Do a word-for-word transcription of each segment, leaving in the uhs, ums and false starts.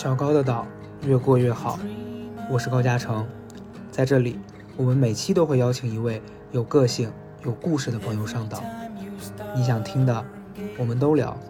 小高的岛越过越好，我是高嘉诚。在这里，我们每期都会邀请一位有个性、有故事的朋友上岛，你想听的，我们都聊。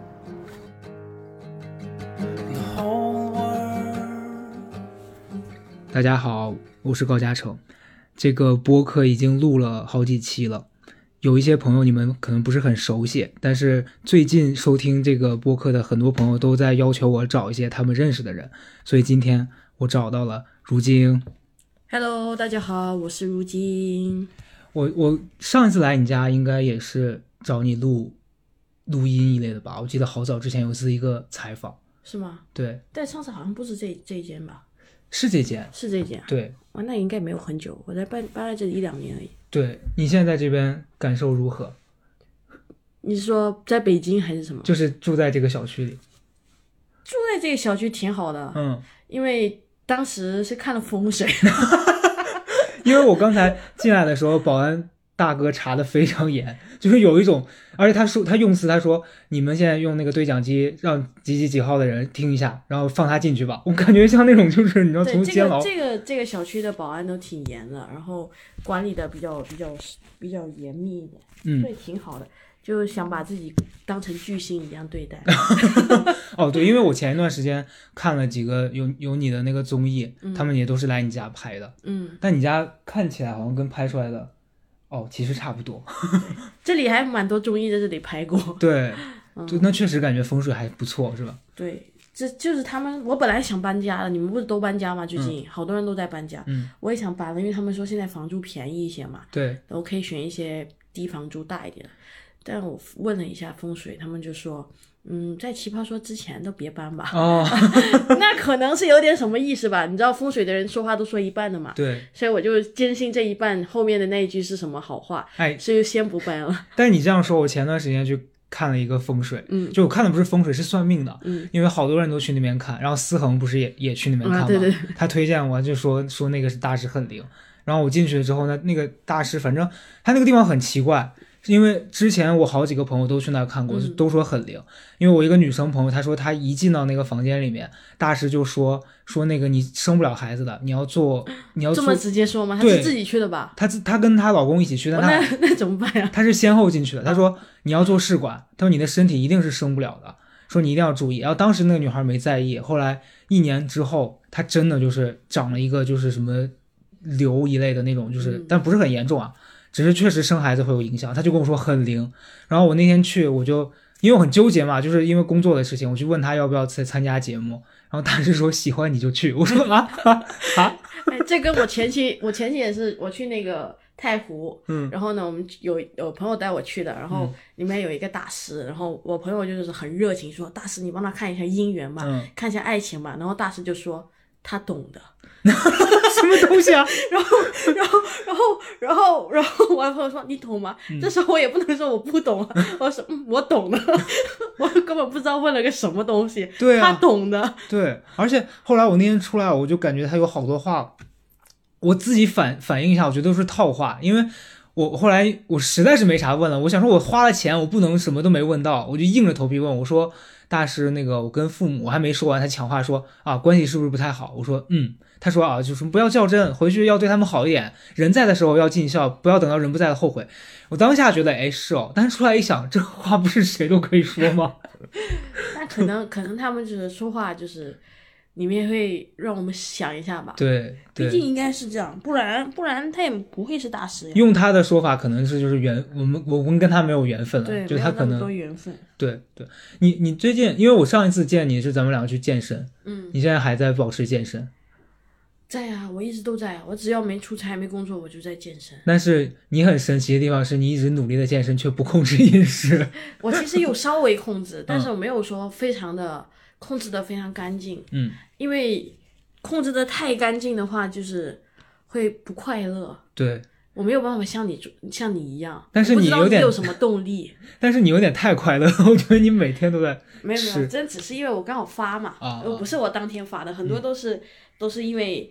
大家好，我是高嘉诚。这个播客已经录了好几期了，有一些朋友你们可能不是很熟悉，但是最近收听这个播客的很多朋友都在要求我找一些他们认识的人，所以今天我找到了如晶。 Hello， 大家好，我是如晶。 我我上一次来你家应该也是找你录录音一类的吧，我记得好早之前有一次一个采访。 是吗？ 对， 但上次好像不是这这一间吧？ 是这间， 是这间。 对， 哦，那应该没有很久，我才搬搬来这里一两年而已。 对，你现在在这边感受如何？ 你是说在北京还是什么？ 就是住在这个小区里。 住在这个小区挺好的， 嗯， 因为当时是看了风水。 因为我刚才进来的时候，保安大哥查的非常严，就是有一种，而且他说他用词，他说你们现在用那个对讲机让几几几号的人听一下，然后放他进去吧。我感觉像那种就是你知道从监牢。 这个这个这个小区的保安都挺严的，然后管理的比较比较比较严密一点， 嗯， 所以挺好的。就想把自己当成巨星一样对待。 哦，对，因为我前一段时间看了几个有有你的那个综艺， 嗯，他们也都是来你家拍的。 嗯， 但你家看起来好像跟拍出来的，哦，其实差不多。 这里还蛮多综艺在这里拍过。 对，就那确实感觉风水还不错，是吧？ 对，这就是他们。我本来想搬家的，你们不是都搬家吗？最近、嗯、好多人都在搬家。 嗯， 我也想搬了，因为他们说现在房租便宜一些嘛。 对， 我可以选一些低房租大一点的。但我问了一下风水，他们就说，嗯，在奇葩说之前都别搬吧。 哦， 那可能是有点什么意思吧？你知道风水的人说话都说一半的嘛。 对， 所以我就坚信这一半后面的那一句是什么好话， 哎， 所以就先不搬了。 但是你这样说，我前段时间去看了一个风水， 嗯， 就我看的不是风水，是算命的， 嗯， 因为好多人都去那边看，然后思恒不是也也去那边看吗？ 啊、对对， 他推荐我就说说那个是大师很灵，然后我进去了之后呢，那个大师反正他那个地方很奇怪。因为之前我好几个朋友都去那看过、嗯、都说很灵。因为我一个女生朋友她说她一进到那个房间里面，大师就说说那个你生不了孩子的，你要做你要做。 这么直接说吗？她是自己去的吧？ 她她跟她老公一起去的。 那那怎么办呀？ 她是先后进去的。她说你要做试管，她说你的身体一定是生不了的，说你一定要注意。然后当时那个女孩没在意，后来一年之后她真的就是长了一个就是什么瘤一类的那种，就是、嗯、但不是很严重啊，只是确实生孩子会有影响。他就跟我说很灵，然后我那天去，我就因为我很纠结嘛，就是因为工作的事情，我去问他要不要再参加节目，然后他是说喜欢你就去。我说啊啊啊！ 哎，这跟我前期我前期也是，我去那个太湖， 嗯， 然后呢，我们有有朋友带我去的，然后里面有一个大师，嗯、然后我朋友就是很热情说，大师你帮他看一下姻缘吧， 嗯、 看一下爱情吧，然后大师就说他懂的。 什么东西啊？ 然后，然后，然后，然后，然后，我的朋友说：“你懂吗？”嗯、这时候我也不能说我不懂了，我说：“嗯，我懂的。”我根本不知道问了个什么东西。 对啊， 他懂的。 对，而且后来我那天出来，我就感觉他有好多话，我自己反反应一下，我觉得都是套话，因为我后来我实在是没啥问了，我想说我花了钱，我不能什么都没问到，我就硬着头皮问，我说：“大师，那个我跟父母，我还没说完，他抢话说啊，关系是不是不太好？”我说：“嗯。”他说啊，就是不要较真，回去要对他们好一点，人在的时候要尽孝，不要等到人不在的后悔。我当下觉得哎是哦，但是出来一想，这话不是谁都可以说吗？ 那可能可能他们就是说话就是里面会让我们想一下吧。 对， 毕竟应该是这样，不然不然他也不会是大师呀。 用他的说法，可能是就是缘，我们我们跟他没有缘分了， 对， 就他可能没有那么多缘分。 对对，你你最近，因为我上一次见你是咱们两个去健身， 嗯， 你现在还在保持健身？ 在啊，我一直都在啊，我只要没出差没工作我就在健身。 但是你很神奇的地方是你一直努力的健身却不控制饮食。 我其实有稍微控制，但是我没有说非常的控制的非常干净。 嗯， 因为控制的太干净的话就是会不快乐。 对， 我没有办法像你像你一样， 但是你有点有什么动力。 但是你有点太快乐，我觉得你每天都在没有没有，真只是因为我刚好发嘛， 啊， 不是我当天发的，很多都是、嗯、都是因为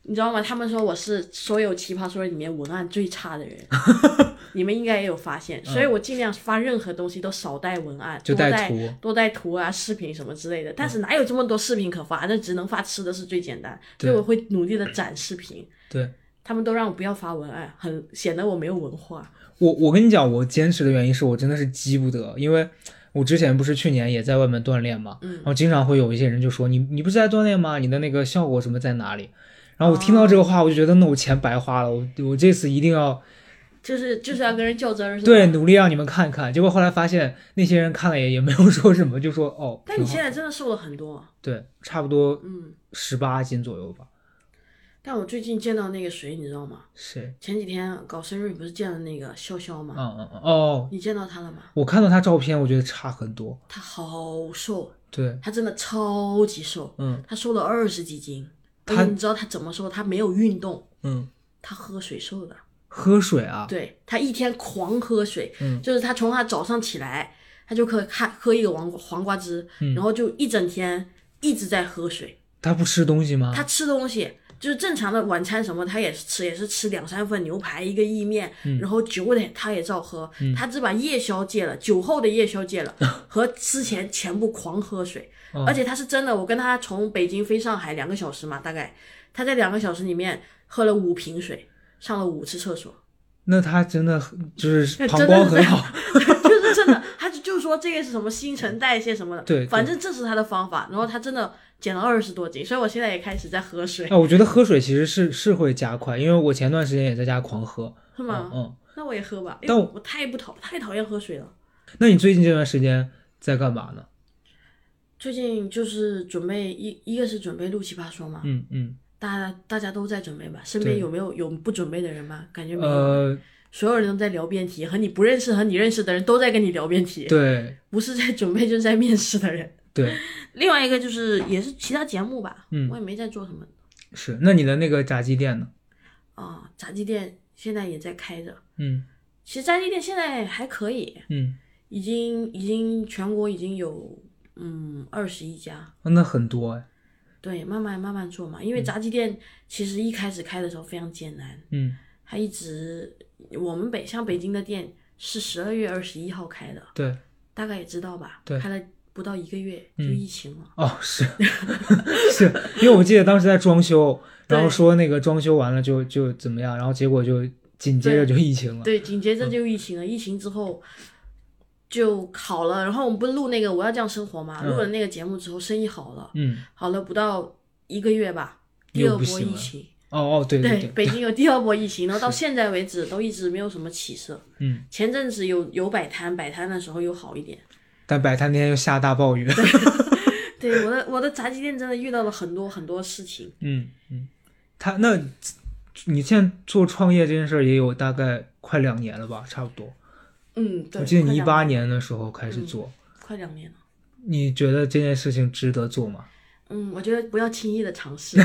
你知道吗？他们说我是所有奇葩说里面文案最差的人，你们应该也有发现，所以我尽量发任何东西都少带文案， 就带图， 多带图啊、视频什么之类的。但是哪有这么多视频可发？那只能发吃的是最简单，所以我会努力的展视频。 对， 他们都让我不要发文案，很显得我没有文化。 我我跟你讲，我坚持的原因是我真的是激不得，因为我之前不是去年也在外面锻炼嘛， 嗯， 然后经常会有一些人就说你你不是在锻炼吗？你的那个效果什么在哪里？然后我听到这个话，我就觉得那我钱白花了，我我这次一定要， 就是就是要跟人较真儿， 对，努力让你们看看。结果后来发现那些人看了也也没有说什么，就说哦。 但你现在真的瘦了很多。 对，差不多嗯十八斤左右吧。 但我最近见到那个谁，你知道吗？ 谁？ 前几天搞生日不是见了那个潇潇吗？ 嗯嗯嗯哦。 你见到他了吗？ 我看到他照片，我觉得差很多。 他好瘦。 对， 他真的超级瘦。 嗯， 他瘦了二十几斤。 他你知道他怎么瘦？他没有运动。 嗯， 他喝水瘦的。 喝水啊？ 对，他一天狂喝水。 嗯， 就是他从他早上起来，他就可以看喝一个黄瓜黄瓜汁， 嗯， 然后就一整天一直在喝水。 他不吃东西吗？ 他吃东西。就是正常的晚餐什么他也是吃，也是吃两三份牛排一个意面， 嗯， 然后酒的他也照喝， 嗯， 他只把夜宵戒了，酒后的夜宵戒了，和之前全部狂喝水， 哦， 而且他是真的，我跟他从北京飞上海两个小时嘛，大概他在两个小时里面喝了五瓶水，上了五次厕所。 那他真的就是膀胱很好。 就是真的，他就就说这个是什么新陈代谢什么的， 对， 反正这是他的方法。然后他真的减了二十多斤，所以我现在也开始在喝水。 啊，我觉得喝水其实是是会加快，因为我前段时间也在家狂喝。 是吗？ 嗯，嗯那我也喝吧，因但我为我太不讨太讨厌喝水了。 那你最近这段时间在干嘛呢？ 最近就是准备一一个是准备录奇葩说嘛， 嗯嗯， 大家大家都在准备吧？身边有没有有不准备的人吗？感觉没有。 呃， 所有人都在聊辩题，和你不认识和你认识的人都在跟你聊辩题。 对， 不是在准备就是在面试的人。 对， 另外一个就是也是其他节目吧， 嗯， 我也没在做什么。 是，那你的那个炸鸡店呢？ 啊，炸鸡店现在也在开着。 嗯， 其实炸鸡店现在还可以。 嗯， 已经已经全国已经有嗯二十一家。 那很多哎。 对，慢慢慢慢做嘛，因为炸鸡店其实一开始开的时候非常艰难。 嗯， 它一直我们北像北京的店是十二月二十一号开的。 对， 大概也知道吧？ 对， 开了不到一个月就疫情了。 嗯、哦，是是因为我记得当时在装修，然后说那个装修完了就就怎么样，然后结果就紧接着就疫情了。 对，紧接着就疫情了。嗯、疫情之后就好了，然后我们不是录那个我要这样生活嘛， 嗯、 录了那个节目之后生意好了。 嗯， 好了不到一个月吧，第二波疫情。 哦哦，对对对， 北京有第二波疫情，然后到现在为止都一直没有什么起色。 嗯， 前阵子有有摆摊，摆摊的时候又好一点， 但摆摊那天又下大暴雨。 对，对我的我的炸鸡店真的遇到了很多很多事情。 嗯嗯，他那，你现在做创业这件事儿也有大概快两年了吧，差不多。 嗯，对。 我记得你一八年的时候开始做， 嗯、快两年了。 你觉得这件事情值得做吗？ 嗯，我觉得不要轻易的尝试。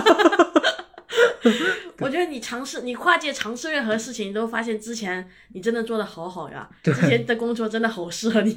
我觉得你尝试，你跨界尝试任何事情，你都发现之前你真的做的好好呀，之前的工作真的好适合你。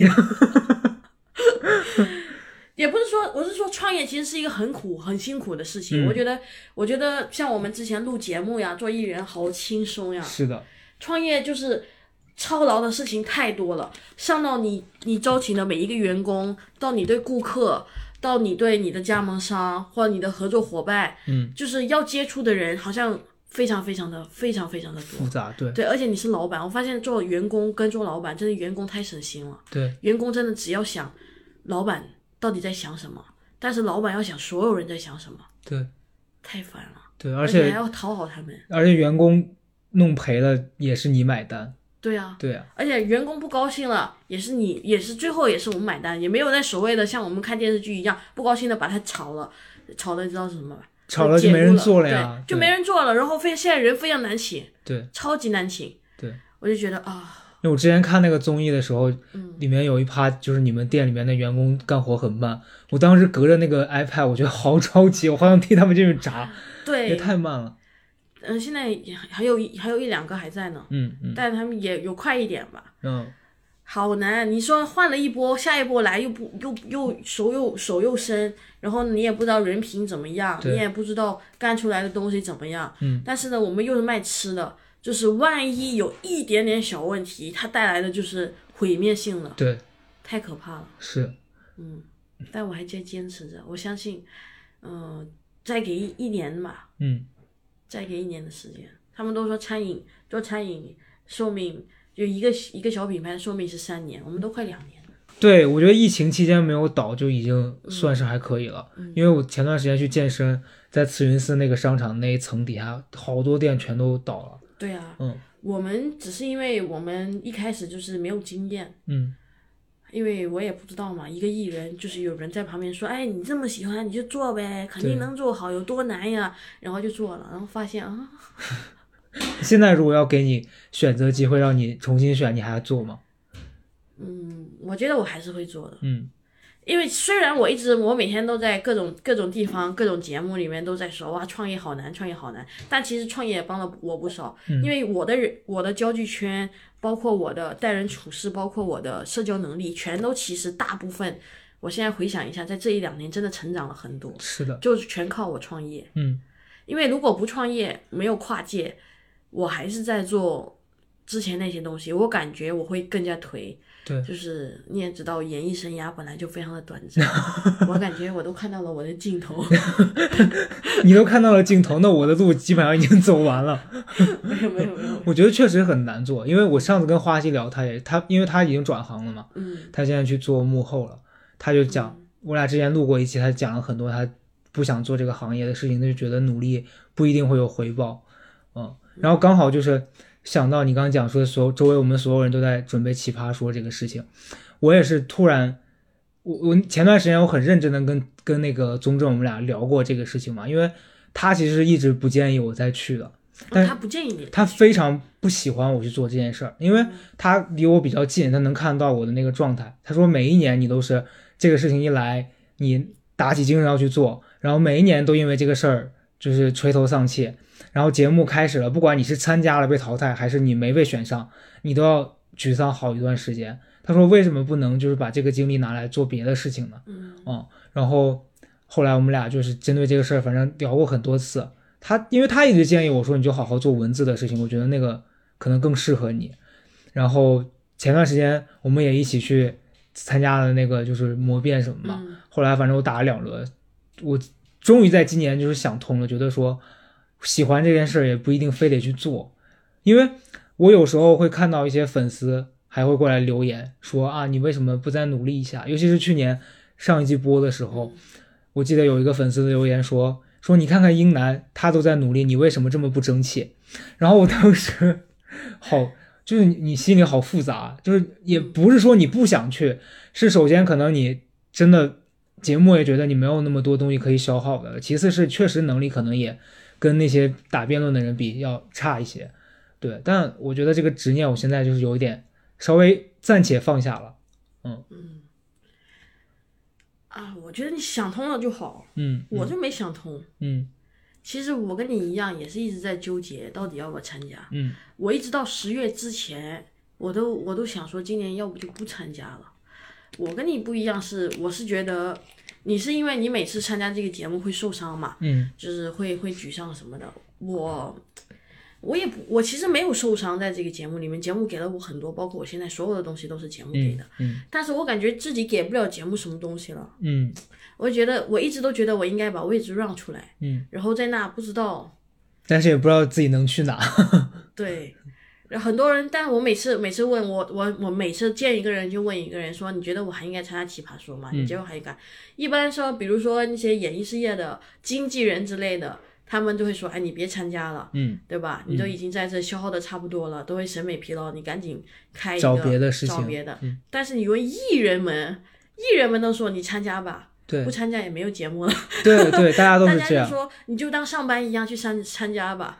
也不是说，我是说创业其实是一个很苦、很辛苦的事情。嗯、我觉得，我觉得像我们之前录节目呀、做艺人好轻松呀。 是的。 创业就是操劳的事情太多了，上到你你招请的每一个员工，到你对顾客。到你对你的加盟商或者你的合作伙伴， 嗯， 就是要接触的人好像非常非常的非常非常的多， 复杂，对对，而且你是老板，我发现做员工跟做老板真的员工太省心了， 对， 员工真的只要想老板到底在想什么，但是老板要想所有人在想什么， 对， 太烦了， 对，而且还要讨好他们， 而且员工弄赔了也是你买单。 对啊， 对啊， 而且员工不高兴了，也是你，也是最后也是我们买单，也没有在所谓的像我们看电视剧一样不高兴的把它炒了，炒了知道是什么吧？ 炒了就没人做了呀， 对，就没人做了，然后非现在人非常难请， 对， 超级难请， 对， 我就觉得啊， 因为我之前看那个综艺的时候， 嗯， 里面有一趴就是你们店里面的员工干活很慢，我当时隔着那个 iPad， 我觉得好着急，我好想替他们进去炸， 对， 也太慢了。 嗯，现在还有一还有一两个还在呢， 嗯嗯， 但他们也有快一点吧。 嗯， 好难。你说换了一波，下一波来又不又又手又手又生，然后你也不知道人品怎么样，你也不知道干出来的东西怎么样。 嗯。 但是呢，我们又是卖吃的，就是万一有一点点小问题，它带来的就是毁灭性了。 对。 太可怕了。 是。 嗯，但我还在坚持着，我相信，嗯、呃，再给一一年吧。 嗯。 再给一年的时间。他们都说餐饮做餐饮寿命就一个一个小品牌寿命是三年，我们都快两年了。 对，我觉得疫情期间没有倒就已经算是还可以了。 嗯、 因为我前段时间去健身，在慈云寺那个商场那一层底下，好多店全都倒了。 对啊。 嗯。 我们只是因为我们一开始就是没有经验。 嗯。 因为我也不知道嘛，一个艺人就是有人在旁边说，哎，你这么喜欢你就做呗，肯定能做好，有多难呀，然后就做了，然后发现啊。 现在如果要给你选择机会让你重新选，你还要做吗？ 嗯，我觉得我还是会做的。 嗯。 因为虽然我一直我每天都在各种各种地方各种节目里面都在说哇创业好难创业好难，但其实创业也帮了我不少。 嗯。 因为我的人我的交际圈，包括我的待人处事，包括我的社交能力，全都其实大部分我现在回想一下，在这一两年真的成长了很多。 是的。 就是全靠我创业。 嗯。 因为如果不创业，没有跨界，我还是在做之前那些东西，我感觉我会更加颓。 对。 就是你也知道，演艺生涯本来就非常的短暂，我感觉我都看到了我的尽头。 你都看到了尽头，那我的路基本上已经走完了。 没有没有没有。 我觉得确实很难做，因为我上次跟花溪聊，他也他因为他已经转行了嘛。 嗯。 他现在去做幕后了，他就讲、嗯、我俩之前录过一期，他讲了很多他不想做这个行业的事情，他就觉得努力不一定会有回报。嗯。然后刚好就是想到你刚刚讲说所有周围我们所有人都在准备奇葩说这个事情，我也是突然我我前段时间我很认真的跟跟那个宗正我们俩聊过这个事情嘛，因为他其实一直不建议我再去的。但、 哦、他不建议你， 他非常不喜欢我去做这件事儿，因为他离我比较近，他能看到我的那个状态。他说每一年你都是这个事情一来你打起精神要去做，然后每一年都因为这个事儿就是垂头丧气，然后节目开始了，不管你是参加了被淘汰还是你没被选上，你都要沮丧好一段时间。他说为什么不能就是把这个精力拿来做别的事情呢？ 嗯。 嗯，然后后来我们俩就是针对这个事儿反正聊过很多次，他因为他一直建议我说你就好好做文字的事情，我觉得那个可能更适合你。然后前段时间我们也一起去参加了那个就是模辩什么嘛、 嗯、 后来反正我打了两轮，我终于在今年就是想通了，觉得说喜欢这件事也不一定非得去做。因为我有时候会看到一些粉丝还会过来留言说啊你为什么不再努力一下，尤其是去年上一季播的时候，我记得有一个粉丝的留言说说你看看英男他都在努力，你为什么这么不争气。然后我当时好就是你心里好复杂，就是也不是说你不想去，是首先可能你真的节目也觉得你没有那么多东西可以消耗的，其次是确实能力可能也跟那些打辩论的人比要差一些。对，但我觉得这个执念我现在就是有一点稍微暂且放下了。嗯嗯啊，我觉得你想通了就好。 嗯， 我就没想通。 嗯， 其实我跟你一样，也是一直在纠结到底要不要参加。 嗯， 我一直到十月之前，我都我都想说今年要不就不参加了。我跟你不一样是，我是觉得你是因为你每次参加这个节目会受伤嘛， 嗯， 就是会会沮丧什么的。我我也不，我其实没有受伤在这个节目里面，节目给了我很多，包括我现在所有的东西都是节目给的。 嗯，嗯但是我感觉自己给不了节目什么东西了。 嗯， 我觉得我一直都觉得我应该把位置让出来。 嗯， 然后在那不知道， 但是也不知道自己能去哪。 对。然后很多人，但我每次每次问我我我每次见一个人就问一个人说，你觉得我还应该参加奇葩说吗？你觉得我还应该？嗯、一般说，比如说那些演艺事业的经纪人之类的，他们就会说，哎，你别参加了， 嗯， 对吧？你都已经在这消耗的差不多了，嗯、都会审美疲劳，你赶紧开一个找别的事情， 找别的。 嗯、 但是你问艺人们，艺人们都说你参加吧。 对， 不参加也没有节目了。 对对，大家都是这样。 大家就说你就当上班一样去参参加吧。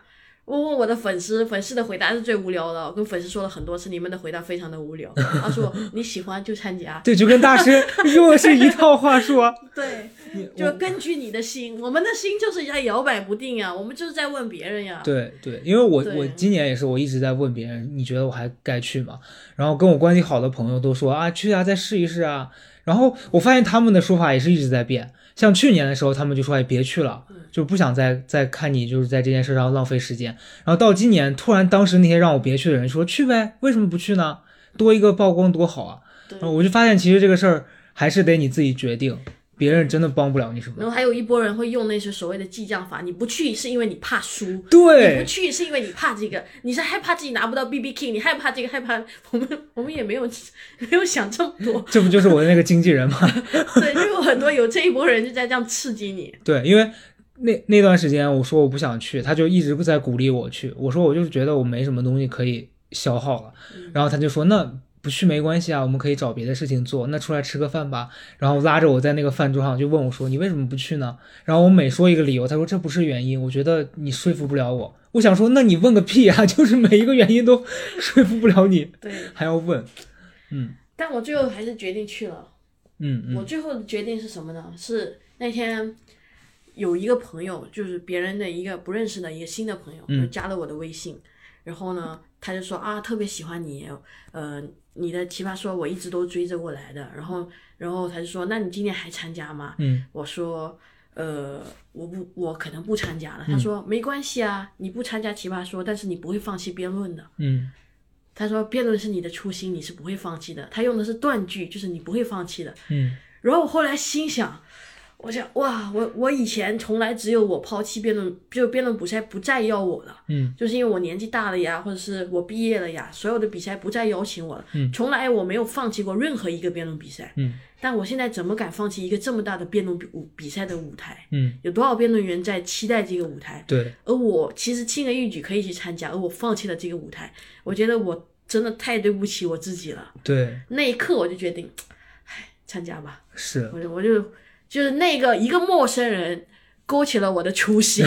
我问我的粉丝，粉丝的回答是最无聊的。我跟粉丝说了很多次，你们的回答非常的无聊。他说你喜欢就参加， 对，就跟大师用的是一套话术啊。 对，就根据你的心，我们的心就是在摇摆不定啊，我们就是在问别人呀。 对对，因为我我今年也是，我一直在问别人，你觉得我还该去吗？然后跟我关系好的朋友都说啊，去啊，再试一试啊。然后我发现他们的说法也是一直在变。像去年的时候，他们就说哎别去了，就不想再再看你就是在这件事上浪费时间。然后到今年，突然当时那些让我别去的人说去呗，为什么不去呢？多一个曝光多好啊！然后我就发现其实这个事儿还是得你自己决定。别人真的帮不了你什么。 然后还有一波人会用那些所谓的激将法，你不去是因为你怕输， 对， 你不去是因为你怕这个，你是害怕自己拿不到 B B King， 你害怕这个害怕，我们我们也没有没有想这么多。 这不就是我的那个经纪人吗？ 对，就有很多有这一波人就在这样刺激你。 对，因为那那段时间我说我不想去，他就一直不在鼓励我去。我说我就是觉得我没什么东西可以消耗了， 嗯、 然后他就说那。不去没关系啊，我们可以找别的事情做，那出来吃个饭吧。然后拉着我在那个饭桌上就问我说你为什么不去呢？然后我每说一个理由，他说这不是原因，我觉得你说服不了我。我想说那你问个屁啊，就是每一个原因都说服不了你， 对， 还要问。嗯， 但我最后还是决定去了。 嗯, 嗯我最后的决定是什么呢？是那天有一个朋友，就是别人的一个不认识的一个新的朋友，就加了我的微信、嗯、然后呢他就说啊特别喜欢你，呃你的奇葩说我一直都追着过来的，然后然后他就说那你今年还参加吗？ 嗯， 我说呃我不我可能不参加了、嗯、他说没关系啊，你不参加奇葩说但是你不会放弃辩论的。 嗯， 他说辩论是你的初心，你是不会放弃的，他用的是断句，就是你不会放弃的。 嗯， 然后我后来心想，我想哇，我我以前从来只有我抛弃辩论，就辩论比赛不再要我了， 嗯， 就是因为我年纪大了呀，或者是我毕业了呀，所有的比赛不再邀请我了， 嗯， 从来我没有放弃过任何一个辩论比赛， 嗯， 但我现在怎么敢放弃一个这么大的辩论比比赛的舞台？ 嗯， 有多少辩论员在期待这个舞台？ 对， 而我其实轻而易举可以去参加，而我放弃了这个舞台，我觉得我真的太对不起我自己了。 对， 那一刻我就决定，唉，参加吧。 是， 我就我就就是那个一个陌生人勾起了我的初心。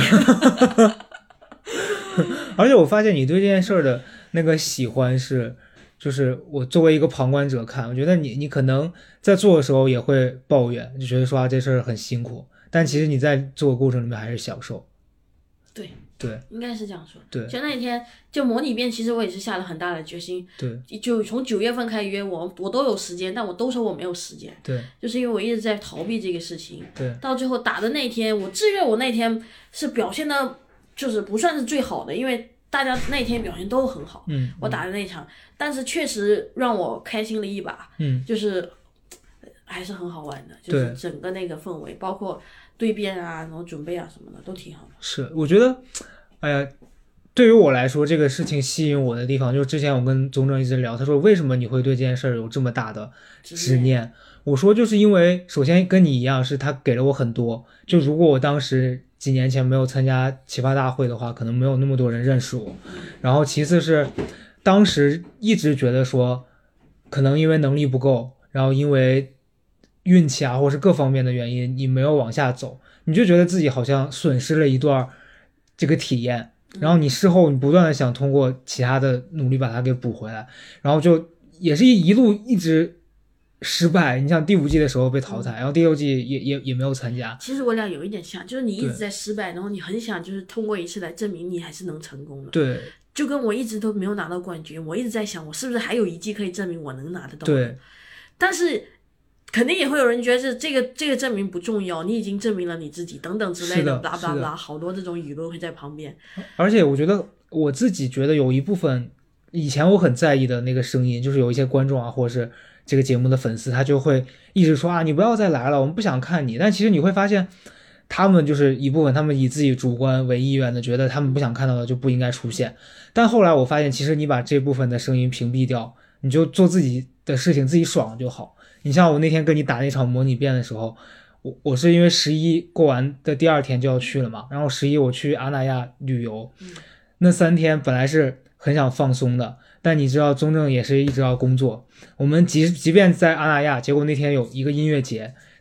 而且我发现你对这件事儿的那个喜欢是，就是我作为一个旁观者看，我觉得你你可能在做的时候也会抱怨，就觉得说啊这事儿很辛苦，但其实你在做的过程里面还是享受。 对。 对， 应该是这样说。 对， 就那一天就模拟辩，其实我也是下了很大的决心。 对， 就从九月份开始约我，我都有时间，但我都说我没有时间。 对， 就是因为我一直在逃避这个事情。 对， 到最后打的那天，我自认我那天是表现的，就是不算是最好的，因为大家那天表现都很好。 嗯， 我打的那场，但是确实让我开心了一把。 嗯， 就是还是很好玩的，就是整个那个氛围，包括对辩啊，然后准备啊什么的都挺好的。 是，我觉得，哎呀，对于我来说，这个事情吸引我的地方，就是之前我跟宗正一直聊，他说为什么你会对这件事儿有这么大的执念？我说就是因为，首先跟你一样，是他给了我很多。就如果我当时几年前没有参加奇葩大会的话，可能没有那么多人认识我。然后其次是，当时一直觉得说，可能因为能力不够，然后因为运气啊，或是各方面的原因，你没有往下走，你就觉得自己好像损失了一段这个体验，然后你事后你不断的想通过其他的努力把它给补回来，然后就也是一路一直失败。你像第五季的时候被淘汰，然后第六季也也也没有参加。 其实我俩有一点像，就是你一直在失败，然后你很想就是通过一次来证明你还是能成功的。 对， 就跟我一直都没有拿到冠军，我一直在想我是不是还有一季可以证明我能拿得到。 对， 但是肯定也会有人觉得这个这个证明不重要，你已经证明了你自己等等之类的，blah blah blah，好多这种舆论会在旁边。 而且我觉得我自己觉得有一部分以前我很在意的那个声音，就是有一些观众啊，或者是这个节目的粉丝，他就会一直说啊，你不要再来了，我们不想看你。但其实你会发现，他们就是一部分，他们以自己主观为意愿的，觉得他们不想看到的就不应该出现。但后来我发现，其实你把这部分的声音屏蔽掉，你就做自己的事情，自己爽就好。你像我那天跟你打那场模拟辩的时候，我我是因为十一过完的第二天就要去了嘛，然后十一我去阿那亚旅游，那三天本来是很想放松的，但你知道宗正也是一直要工作，我们即即便在阿那亚，结果那天有一个音乐节，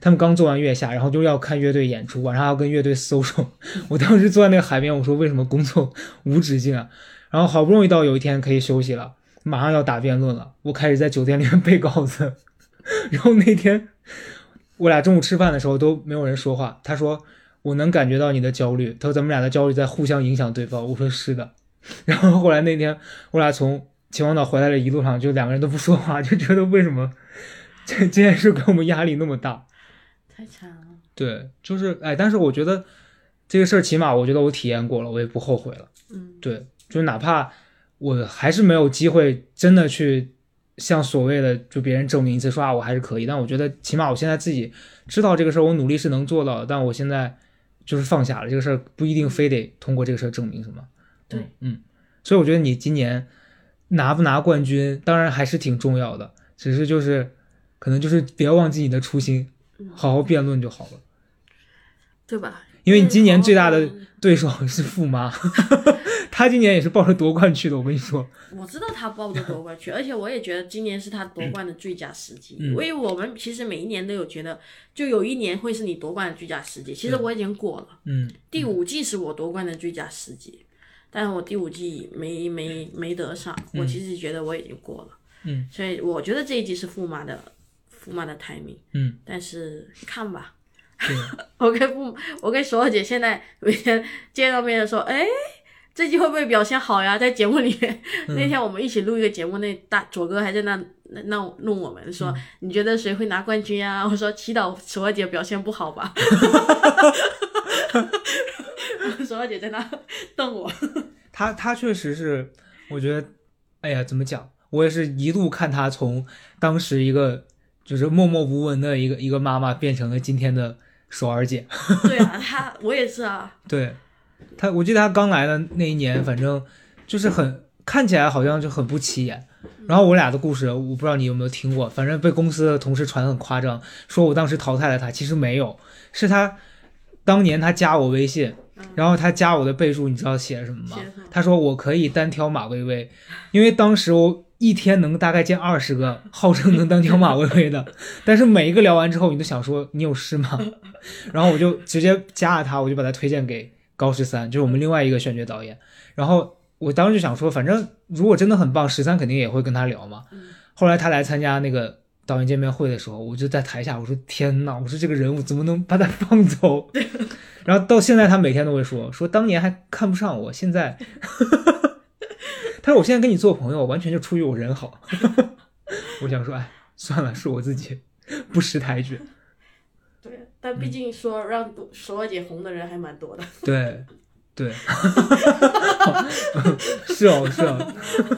他们刚做完月下，然后就要看乐队演出，晚上要跟乐队 social。我当时坐在那个海边，我说为什么工作无止境啊？然后好不容易到有一天可以休息了，马上要打辩论了，我开始在酒店里面背稿子。然后那天我俩中午吃饭的时候都没有人说话，他说我能感觉到你的焦虑，他说咱们俩的焦虑在互相影响对方。我说是的。然后后来那天我俩从秦皇岛回来的一路上就两个人都不说话，就觉得为什么这这件事给我们压力那么大， 太惨了。 对，就是哎，但是我觉得这个事儿起码我觉得我体验过了，我也不后悔了。 嗯， 对，就哪怕我还是没有机会真的去向所谓的就别人证明一次说啊我还是可以，但我觉得起码我现在自己知道这个事儿我努力是能做到的，但我现在就是放下了这个事儿，不一定非得通过这个事儿证明什么。 对， 嗯，嗯，所以我觉得你今年拿不拿冠军当然还是挺重要的，只是就是可能就是别忘记你的初心，好好辩论就好了， 对吧？ 因为你今年最大的对手是驸马，他今年也是抱着夺冠去的，我跟你说。 我知道他抱着夺冠去，而且我也觉得今年是他夺冠的最佳时机。 嗯、 因为我们其实每一年都有觉得，就有一年会是你夺冠的最佳时机。其实我已经过了， 嗯， 第五季是我夺冠的最佳时机，但是我第五季没没没得上，我其实觉得我已经过了。 嗯， 所以我觉得这一季是驸马的驸马的 timing。 嗯， 但是看吧。我跟父，我跟索尔姐现在每天见到面的时候，哎，这季会不会表现好呀？在节目里面，嗯、那天我们一起录一个节目，那大左哥还在那那那弄我们说，嗯、你觉得谁会拿冠军啊？我说祈祷索尔姐表现不好吧。索尔姐在那瞪我。 他他确实是，我觉得，哎呀，怎么讲？我也是一路看他从当时一个就是默默无闻的一个一个妈妈，变成了今天的索尔姐。 对啊，他我也是啊。 对，他我记得他刚来的那一年，反正就是很看起来好像就很不起眼。然后我俩的故事，我不知道你有没有听过，反正被公司的同事传很夸张，说我当时淘汰了他，其实没有，是他当年他加我微信。然后他加我的备注，你知道写什么吗？他说我可以单挑马薇薇，因为当时我一天能大概见二十个号称能单挑马薇薇的，但是每一个聊完之后，你都想说你有事吗？然后我就直接加了他，我就把他推荐给高十三，就是我们另外一个选角导演。然后我当时就想说，反正如果真的很棒，十三肯定也会跟他聊嘛。后来他来参加那个导演见面会的时候，我就在台下，我说天哪，我说这个人物怎么能把他放走？然后到现在他每天都会说说当年还看不上我，现在他说我现在跟你做朋友完全就出于我人好。我想说哎算了，是我自己不识抬举。 对，但毕竟说让索尔姐红的人还蛮多的。 对对。是哦是哦。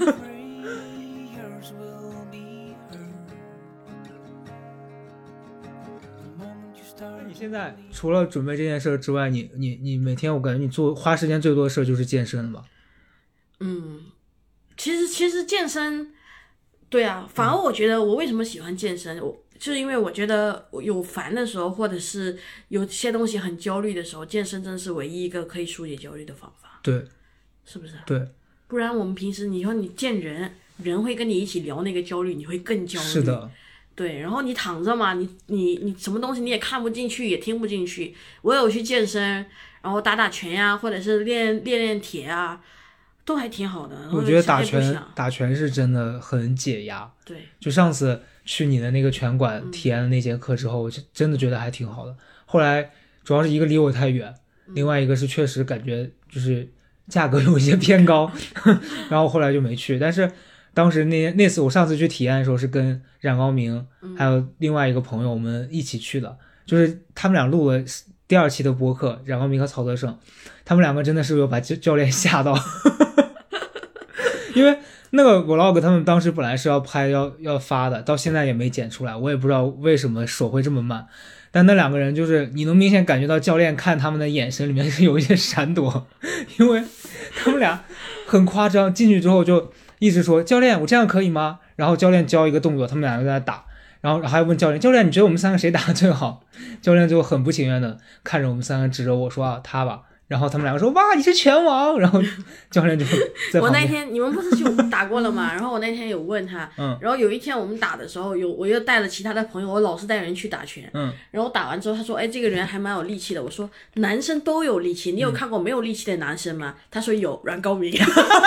你现在除了准备这件事之外，你你你每天我感觉你做花时间最多的事就是健身了吧？ 嗯，其实其实健身，对啊，反而我觉得我为什么喜欢健身，我就是因为我觉得有烦的时候，或者是有些东西很焦虑的时候，健身真的是唯一一个可以疏解焦虑的方法。 对， 是不是？ 对， 不然我们平时你说你见人，人会跟你一起聊那个焦虑，你会更焦虑。 是的。 对，然后你躺着嘛，你你你什么东西你也看不进去，也听不进去。我有去健身，然后打打拳呀、啊，或者是练练练铁啊，都还挺好的。 我觉得打拳打拳是真的很解压。 对， 就上次去你的那个拳馆体验了那节课之后，我就真的觉得还挺好的。后来主要是一个离我太远，另外一个是确实感觉就是价格有一些偏高，然后后来就没去。但是当时那那次我上次去体验的时候是跟冉高明还有另外一个朋友我们一起去的，就是他们俩录了第二期的播客，冉高明和曹德胜，他们两个真的是有把教练吓到。因为那个 vlog 他们当时本来是要拍要要发的，到现在也没剪出来，我也不知道为什么手会这么慢。但那两个人就是你能明显感觉到教练看他们的眼神里面是有一些闪躲，因为他们俩很夸张，进去之后就一直说教练我这样可以吗？然后教练教一个动作，他们两个在那打，然后还问教练教练你觉得我们三个谁打得最好？教练就很不情愿的看着我们三个指着我说啊他吧， 然后他们两个说哇你是拳王，然后教练就在旁边。 我那天你们不是去打过了吗？然后我那天有问他， 嗯， 然后有一天我们打的时候，有我又带了其他的朋友，我老是带人去打拳， 嗯， 然后打完之后他说，哎，这个人还蛮有力气的。我说男生都有力气，你有看过没有力气的男生吗？他说有，阮高明。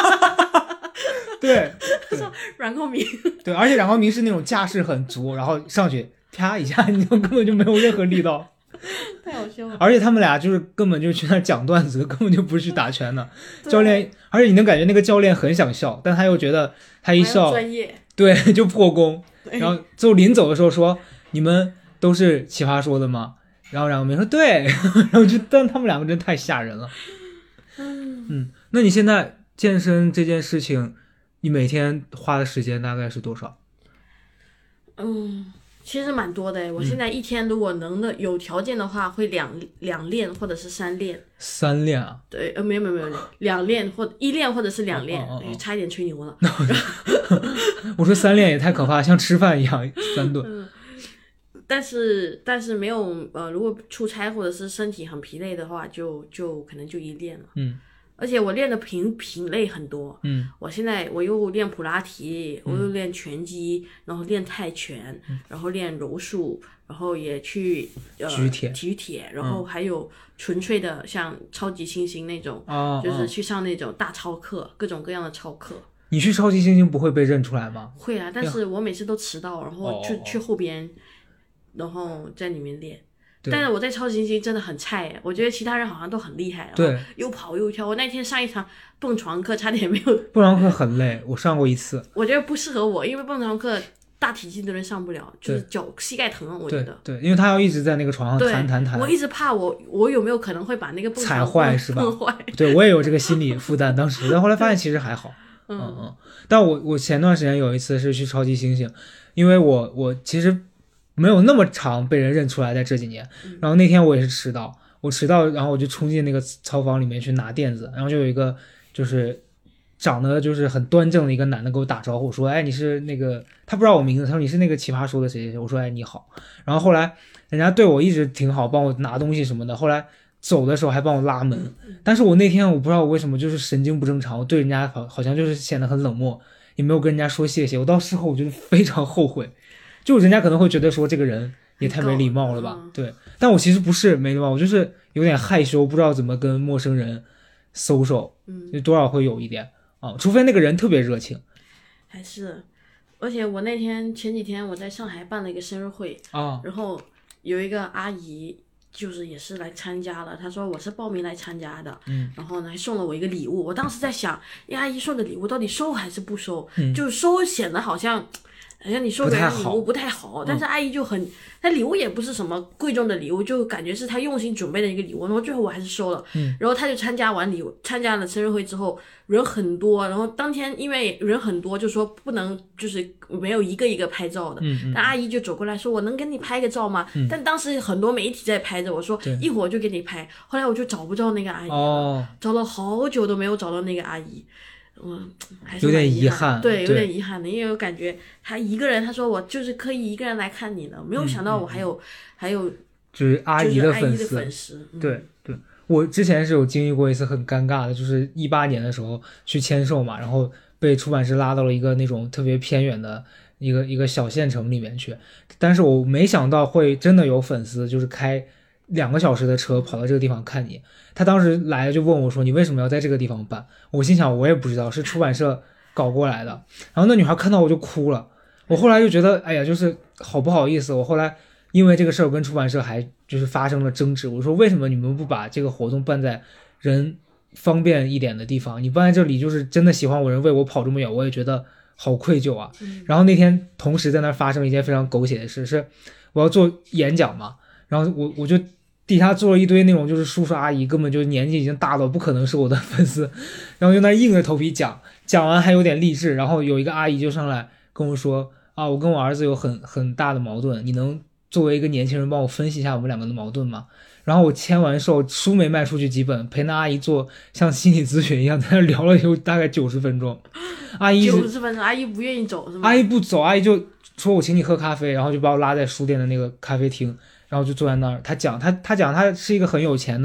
对， 他说阮高明， 对，而且阮高明是那种架势很足，然后上去啪一下，你就根本就没有任何力道。 太好笑了。 而且他们俩就是根本就去那讲段子，根本就不是去打拳的。教练，而且你能感觉那个教练很想笑，但他又觉得他一笑， 专业， 对，就破功。然后最后临走的时候说：“你们都是奇葩说的吗？”然后冉高明说：“对。”然后就，但他们两个真太吓人了。嗯，那你现在健身这件事情，你每天花的时间大概是多少？ 嗯。其实蛮多的，我现在一天如果能的有条件的话，会两两练或者是三练。 三练啊？ 对，呃，没有没有没有，两练或一练或者是两练， 哦哦哦哦差一点吹牛了。 我说三练也太可怕，像吃饭一样三顿。 嗯，但是但是没有呃，如果出差或者是身体很疲累的话，就就可能就一练了。 嗯。 而且我练的品品类很多， 嗯， 我现在我又练普拉提，我又练拳击，然后练泰拳， 嗯、 然后练柔术，然后也去呃举铁， 举铁，然后还有纯粹的像超级猩猩那种， 哦、 就是去上那种大操课，哦、各种各样的操课。 你去超级猩猩不会被认出来吗？ 会啊，但是我每次都迟到，然后去、 哦、 去后边，然后在里面练。但是我在超级猩猩真的很菜，我觉得其他人好像都很厉害， 对， 然后又跑又跳。我那天上一堂蹦床课，差点没有。 蹦床课很累，我上过一次。 我觉得不适合我，因为蹦床课大体积的人上不了，就是脚膝盖疼，我觉得。 对，对，因为他要一直在那个床上弹弹弹。 我一直怕我我有没有可能会把那个蹦床踩坏是吧？ 蹦坏。 对，我也有这个心理负担，当时，但后来发现其实还好。嗯嗯。但我我前段时间有一次是去超级猩猩，因为我我其实。没有那么长被人认出来，在这几年。然后那天我也是迟到，我迟到，然后我就冲进那个操房里面去拿垫子，然后就有一个就是长得就是很端正的一个男的给我打招呼，说：“哎，你是那个……他不知道我名字，他说你是那个奇葩说的谁谁谁。”我说：“哎，你好。”然后后来人家对我一直挺好，帮我拿东西什么的。后来走的时候还帮我拉门，但是我那天我不知道我为什么就是神经不正常，我对人家好好像就是显得很冷漠，也没有跟人家说谢谢。我到事后我觉得非常后悔。就人家可能会觉得说这个人也太没礼貌了吧， 嗯、 对，但我其实不是没礼貌，我就是有点害羞，不知道怎么跟陌生人social， 嗯， 就多少会有一点啊，除非那个人特别热情。 还是，而且我那天前几天我在上海办了一个生日会啊， 然后有一个阿姨就是也是来参加了，她说我是报名来参加的， 嗯， 然后呢还送了我一个礼物，我当时在想，阿姨送的礼物到底收还是不收？ 嗯、 就是收显得好像。好像你收给人礼物不太好，但是阿姨就很，她礼物也不是什么贵重的礼物，就感觉是她用心准备的一个礼物，然后最后我还是收了。 嗯， 然后她就参加完礼物，参加了生日会之后，人很多，然后当天因为人很多，就说不能就是没有一个一个拍照的。 嗯嗯。 但阿姨就走过来说：“我能跟你拍个照吗？” 嗯。 但当时很多媒体在拍着，我说一会儿就给你拍。后来我就找不到那个阿姨了， 哦， 找了好久都没有找到那个阿姨。嗯，还是有点遗憾， 对，有点遗憾的，因为我感觉他一个人，他说我就是刻意一个人来看你的，没有想到我还有、嗯、还有就是阿姨的粉丝，就是、粉丝嗯、对对，我之前是有经历过一次很尴尬的，就是一八年的时候去签售嘛，然后被出版社拉到了一个那种特别偏远的一个一个小县城里面去，但是我没想到会真的有粉丝，就是开两个小时的车跑到这个地方看你。他当时来就问我说：“你为什么要在这个地方办？”我心想我也不知道，是出版社搞过来的。然后那女孩看到我就哭了。我后来就觉得，哎呀，就是好不好意思。我后来因为这个事儿我跟出版社还就是发生了争执。我说为什么你们不把这个活动办在人方便一点的地方？你办在这里就是真的喜欢我人为我跑这么远，我也觉得好愧疚啊。 嗯、 然后那天同时在那发生了一件非常狗血的事，是我要做演讲嘛，然后我我就。底下坐了一堆那种就是叔叔阿姨，根本就年纪已经大到不可能是我的粉丝，然后就那硬着头皮讲，讲完还有点励志，然后有一个阿姨就上来跟我说啊，我跟我儿子有很很大的矛盾，你能作为一个年轻人帮我分析一下我们两个的矛盾吗？然后我签完售，书没卖出去几本，陪那阿姨做像心理咨询一样在那聊了有大概九十分钟，阿姨九十分钟，阿姨不愿意走是吗？ 阿姨不走，阿姨就说我请你喝咖啡，然后就把我拉在书店的那个咖啡厅。然后就坐在那儿，他讲他他讲他是一个很有钱的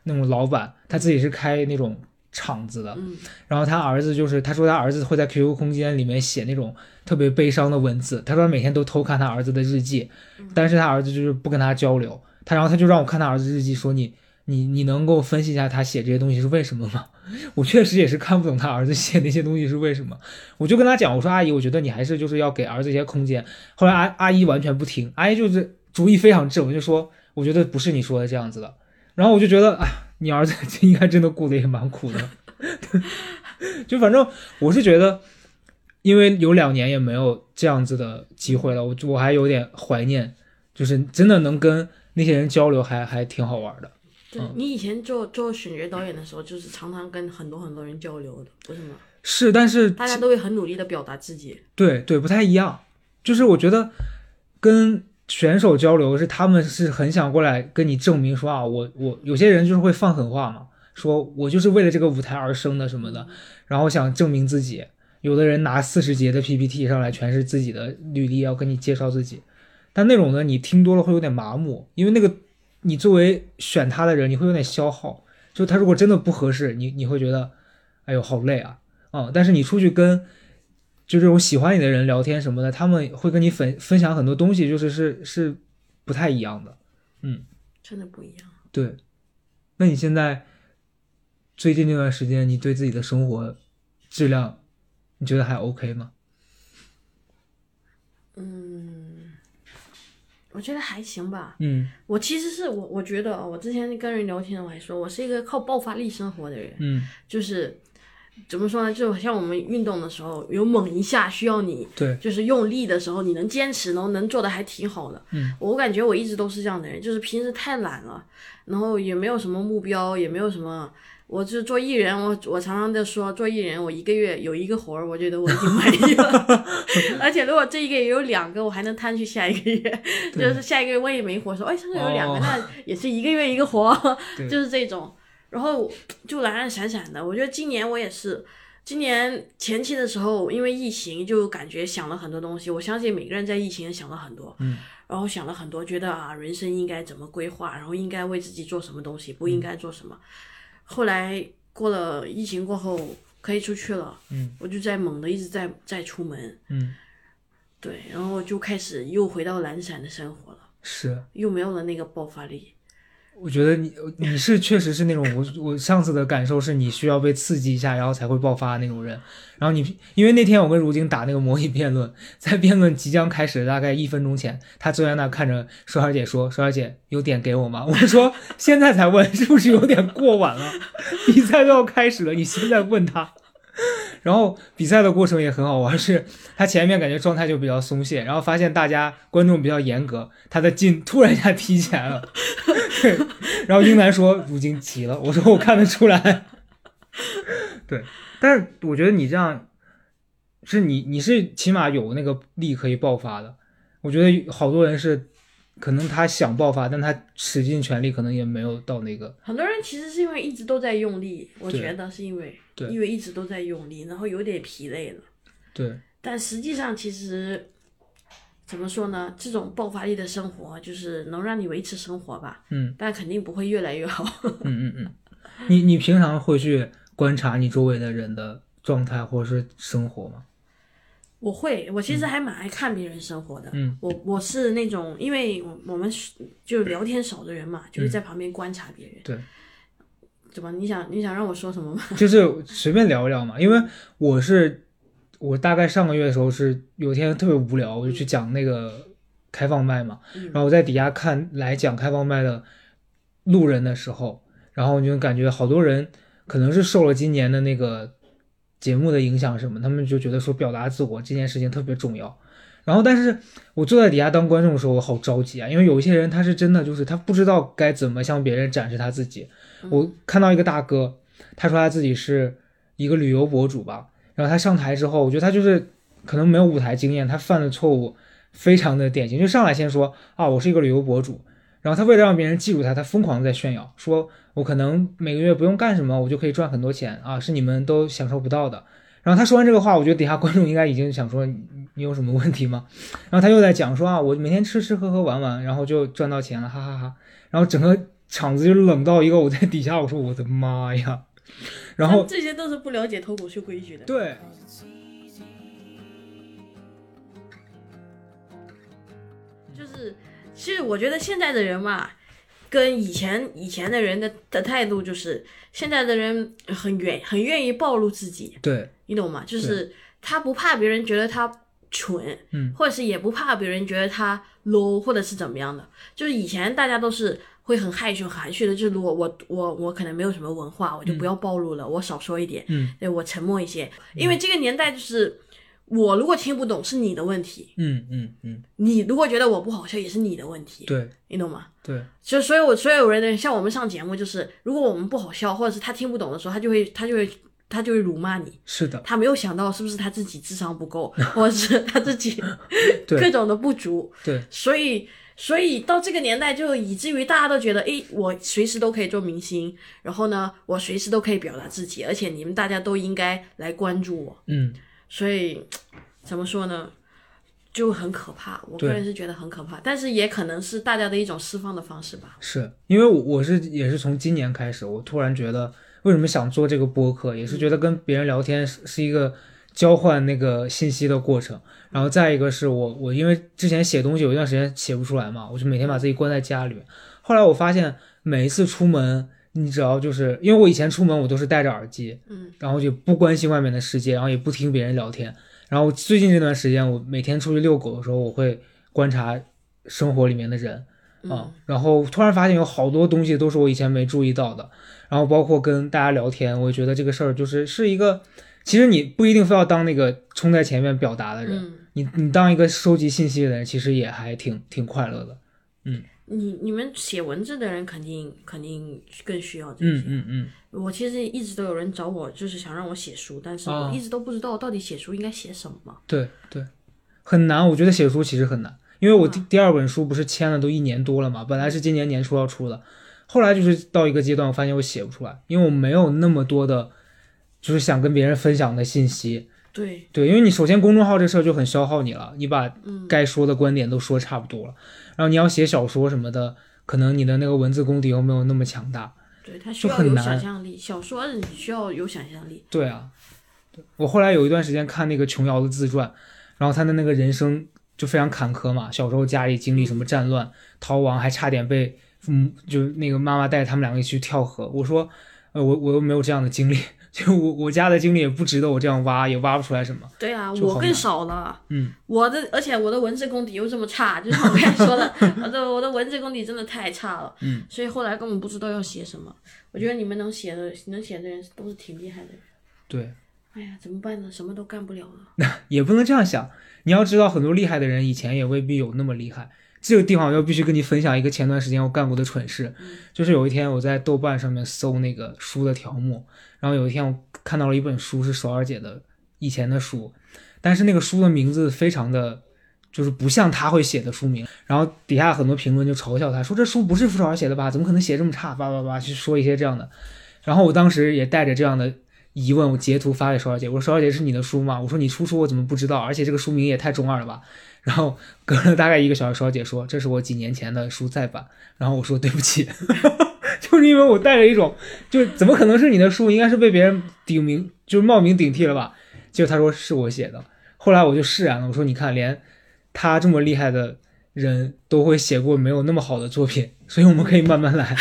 那种老板，他自己是开那种厂子的， 嗯， 然后他儿子就是他说他儿子会在 Q Q 空间里面写那种特别悲伤的文字，他说他每天都偷看他儿子的日记，但是他儿子就是不跟他交流，他然后他就让我看他儿子日记，说你你你能够分析一下他写这些东西是为什么吗？我确实也是看不懂他儿子写那些东西是为什么，我就跟他讲，我说阿姨，我觉得你还是就是要给儿子一些空间。后来阿阿姨完全不听，阿姨就是主意非常正，就说我觉得不是你说的这样子的。然后我就觉得，哎，你儿子应该真的过得也蛮苦的。就反正我是觉得，因为有两年也没有这样子的机会了，我我还有点怀念，就是真的能跟那些人交流还，还还挺好玩的。 对，你以前做做选角导演的时候，就是常常跟很多很多人交流的，不是吗？ 是，但是大家都会很努力的表达自己。 对对，不太一样。就是我觉得跟选手交流是他们是很想过来跟你证明说啊，我我有些人就是会放狠话嘛，说我就是为了这个舞台而生的什么的，然后想证明自己。有的人拿四十节的 P P T 上来全是自己的履历，要跟你介绍自己，但那种呢，你听多了会有点麻木，因为那个。你作为选他的人，你会有点消耗。就他如果真的不合适，你你会觉得，哎呦好累啊，啊、嗯！但是你出去跟就这种喜欢你的人聊天什么的，他们会跟你分分享很多东西，就是是是不太一样的，嗯， 真的不一样。 对，那你现在最近这段时间，你对自己的生活质量，你觉得还 OK 吗？ 嗯。我觉得还行吧。 嗯， 我其实是我，我觉得我之前跟人聊天，我还说我是一个靠爆发力生活的人。 嗯， 就是怎么说呢？就像我们运动的时候，有猛一下需要你， 对， 就是用力的时候，你能坚持，然后能做的还挺好的。 嗯， 我感觉我一直都是这样的人，就是平时太懒了，然后也没有什么目标，也没有什么。我就做艺人，我我常常在说做艺人，我一个月有一个活儿，我觉得我已经满意了。而且如果这一个月有两个，我还能摊去下一个月。就是下一个月我也没活，说哎，上个月有两个，哦、那也是一个月一个活，就是这种。然后就懒懒散散的。我觉得今年我也是，今年前期的时候，因为疫情，就感觉想了很多东西。我相信每个人在疫情想了很多， 嗯， 然后想了很多，觉得啊，人生应该怎么规划，然后应该为自己做什么东西，不应该做什么。嗯，后来过了疫情过后可以出去了， 嗯， 我就在猛的一直在在出门， 嗯， 对，然后就开始又回到懒散的生活了， 是， 又没有了那个爆发力。 我觉得你你是确实是那种我我上次的感受是你需要被刺激一下，然后才会爆发那种人。然后你因为那天我跟如晶打那个模拟辩论，在辩论即将开始大概一分钟前，他坐在那看着舒儿姐说：“舒儿姐有点给我吗？”我说：“现在才问，是不是有点过晚了？比赛都要开始了，你现在问他。”然后比赛的过程也很好玩，是他前面感觉状态就比较松懈，然后发现大家观众比较严格，他的劲突然一下提起来了。对，然后英男说如今急了，我说我看得出来。对，但是我觉得你这样是你你是起码有那个力可以爆发的。我觉得好多人是可能他想爆发，但他使尽全力可能也没有到那个。 很多人其实是因为一直都在用力，我觉得是因为对因为一直都在用力，然后有点疲累了。 对， 但实际上其实怎么说呢？这种爆发力的生活就是能让你维持生活吧， 嗯， 但肯定不会越来越好。 嗯嗯嗯，你你平常会去观察你周围的人的状态或者是生活吗？ 我会，我其实还蛮爱看别人生活的。 嗯， 我我是那种，因为我我们就聊天少的人嘛，就是在旁边观察别人。 对， 怎么？你想你想让我说什么吗？ 就是随便聊一聊嘛，因为我是我大概上个月的时候是有一天特别无聊，我就去讲那个开放麦嘛， 嗯、 然后我在底下看来讲开放麦的路人的时候，然后我就感觉好多人可能是受了今年的那个节目的影响什么，他们就觉得说表达自我这件事情特别重要。然后但是我坐在底下当观众的时候我好着急啊，因为有一些人他是真的就是他不知道该怎么向别人展示他自己。我看到一个大哥，他说他自己是一个旅游博主吧，然后他上台之后，我觉得他就是可能没有舞台经验，他犯的错误非常的典型，就上来先说啊我是一个旅游博主，然后他为了让别人记住他，他疯狂在炫耀，说我可能每个月不用干什么，我就可以赚很多钱啊，是你们都享受不到的。然后他说完这个话，我觉得底下观众应该已经想说你有什么问题吗？然后他又在讲说啊，我每天吃吃喝喝玩玩，然后就赚到钱了，哈哈哈哈。然后整个场子就冷到一个，我在底下我说我的妈呀，然后这些都是不了解脱口秀规矩的。 对。 就是其实我觉得现在的人嘛，跟以前以前的人的的态度就是，现在的人很愿很愿意暴露自己， 对， 你懂吗？就是他不怕别人觉得他蠢， 嗯， 或者是也不怕别人觉得他 low 或者是怎么样的。就是以前大家都是会很害羞很含蓄的，就是我我我我可能没有什么文化，我就不要暴露了，嗯、我少说一点， 嗯， 对我沉默一些，因为这个年代就是。我如果听不懂是你的问题， 嗯嗯嗯， 你如果觉得我不好笑也是你的问题， 对， 你懂吗？ 对， 所以所以我所有人的像我们上节目，就是如果我们不好笑，或者是他听不懂的时候，他就会他就会他就会辱骂你， 是的， 他没有想到是不是他自己智商不够，或者是他自己各种的不足， 对， 所以所以到这个年代，就以至于大家都觉得，诶，我随时都可以做明星，然后呢，我随时都可以表达自己，而且你们大家都应该来关注我， 嗯， 所以。怎么说呢，就很可怕，我个人是觉得很可怕，但是也可能是大家的一种释放的方式吧。 是因为我是也是从今年开始，我突然觉得为什么想做这个播客，也是觉得跟别人聊天是是一个交换那个信息的过程，然后再一个是我我因为之前写东西有一段时间写不出来嘛，我就每天把自己关在家里面，后来我发现每一次出门，你只要就是因为我以前出门我都是戴着耳机， 嗯， 然后就不关心外面的世界，然后也不听别人聊天。然后最近这段时间，我每天出去遛狗的时候，我会观察生活里面的人啊、嗯，然后突然发现有好多东西都是我以前没注意到的。然后包括跟大家聊天，我也觉得这个事儿就是是一个，其实你不一定非要当那个冲在前面表达的人， 嗯、 你你当一个收集信息的人，其实也还挺挺快乐的。嗯， 你你们写文字的人肯定肯定更需要这些。 嗯嗯嗯。 我其实一直都有人找我，就是想让我写书，但是我一直都不知道到底写书应该写什么。 对对，很难。我觉得写书其实很难，因为我第、嗯、第二本书不是签了都一年多了嘛，本来是今年年初要出的，后来就是到一个阶段，我发现我写不出来，因为我没有那么多的，就是想跟别人分享的信息。 对对，因为你首先公众号这事儿就很消耗你了，你把该说的观点都说差不多了，嗯、然后你要写小说什么的，可能你的那个文字功底又没有那么强大。 对，它需要有想象力，小说你需要有想象力。 对啊，我后来有一段时间看那个琼瑶的自传，然后他的那个人生就非常坎坷嘛，小时候家里经历什么战乱、逃亡，还差点被嗯，就那个妈妈带他们两个一起去跳河。我说，呃，我我又没有这样的经历，就我我家的经历也不值得我这样挖，也挖不出来什么。 对啊，我更少了。 嗯， 我的而且我的文字功底又这么差，就像我刚才说的，我的我的文字功底真的太差了。 嗯， 所以后来根本不知道要写什么。我觉得你们能写的能写的人都是挺厉害的人。 对。 哎呀，怎么办呢？什么都干不了了。 也不能这样想，你要知道，很多厉害的人以前也未必有那么厉害。这个地方我要必须跟你分享一个前段时间我干过的蠢事， 嗯、 就是有一天我在豆瓣上面搜那个书的条目，然后有一天我看到了一本书是首尔姐的以前的书，但是那个书的名字非常的就是不像他会写的书名，然后底下很多评论就嘲笑他说这书不是首尔写的吧，怎么可能写这么差，叭叭叭去说一些这样的。然后我当时也带着这样的疑问，我截图发给首尔姐，我说首尔姐是你的书吗？我说你出书我怎么不知道，而且这个书名也太中二了吧。然后隔了大概一个小时，首尔姐说这是我几年前的书再版，然后我说对不起就是因为我带着一种就怎么可能是你的书，应该是被别人顶名就是冒名顶替了吧，结果他说是我写的。后来我就释然了，我说你看连他这么厉害的人都会写过没有那么好的作品，所以我们可以慢慢来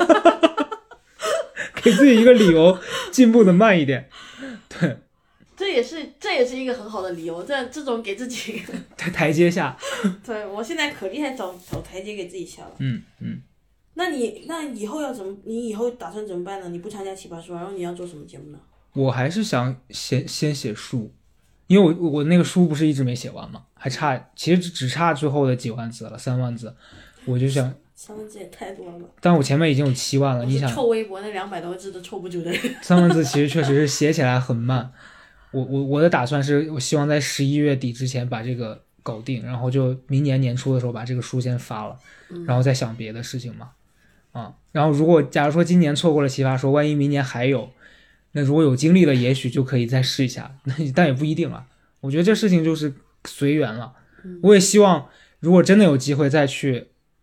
给自己一个理由进步的慢一点。对， 这也是这也是一个很好的理由，这这种给自己台阶下。 对，我现在可厉害，找找台阶给自己下了。 嗯嗯。 那你那以后要怎么？你以后打算怎么办呢？你不参加奇葩说，然后你要做什么节目呢？ 我还是想先先写书，因为我我那个书不是一直没写完嘛，还差其实只差最后的几万字了，三万字，我就想。 三万字也太多了吧？ 但我前面已经有七万了，你想凑微博那两百多字都凑不住的人。 三万字其实确实是写起来很慢。我我我的打算是我希望在十一月底之前把这个搞定，然后就明年年初的时候把这个书先发了，然后再想别的事情嘛。啊，然后如果假如说今年错过了奇葩说，万一明年还有，那如果有精力了，也许就可以再试一下，但也不一定了。我觉得这事情就是随缘了。我也希望如果真的有机会再去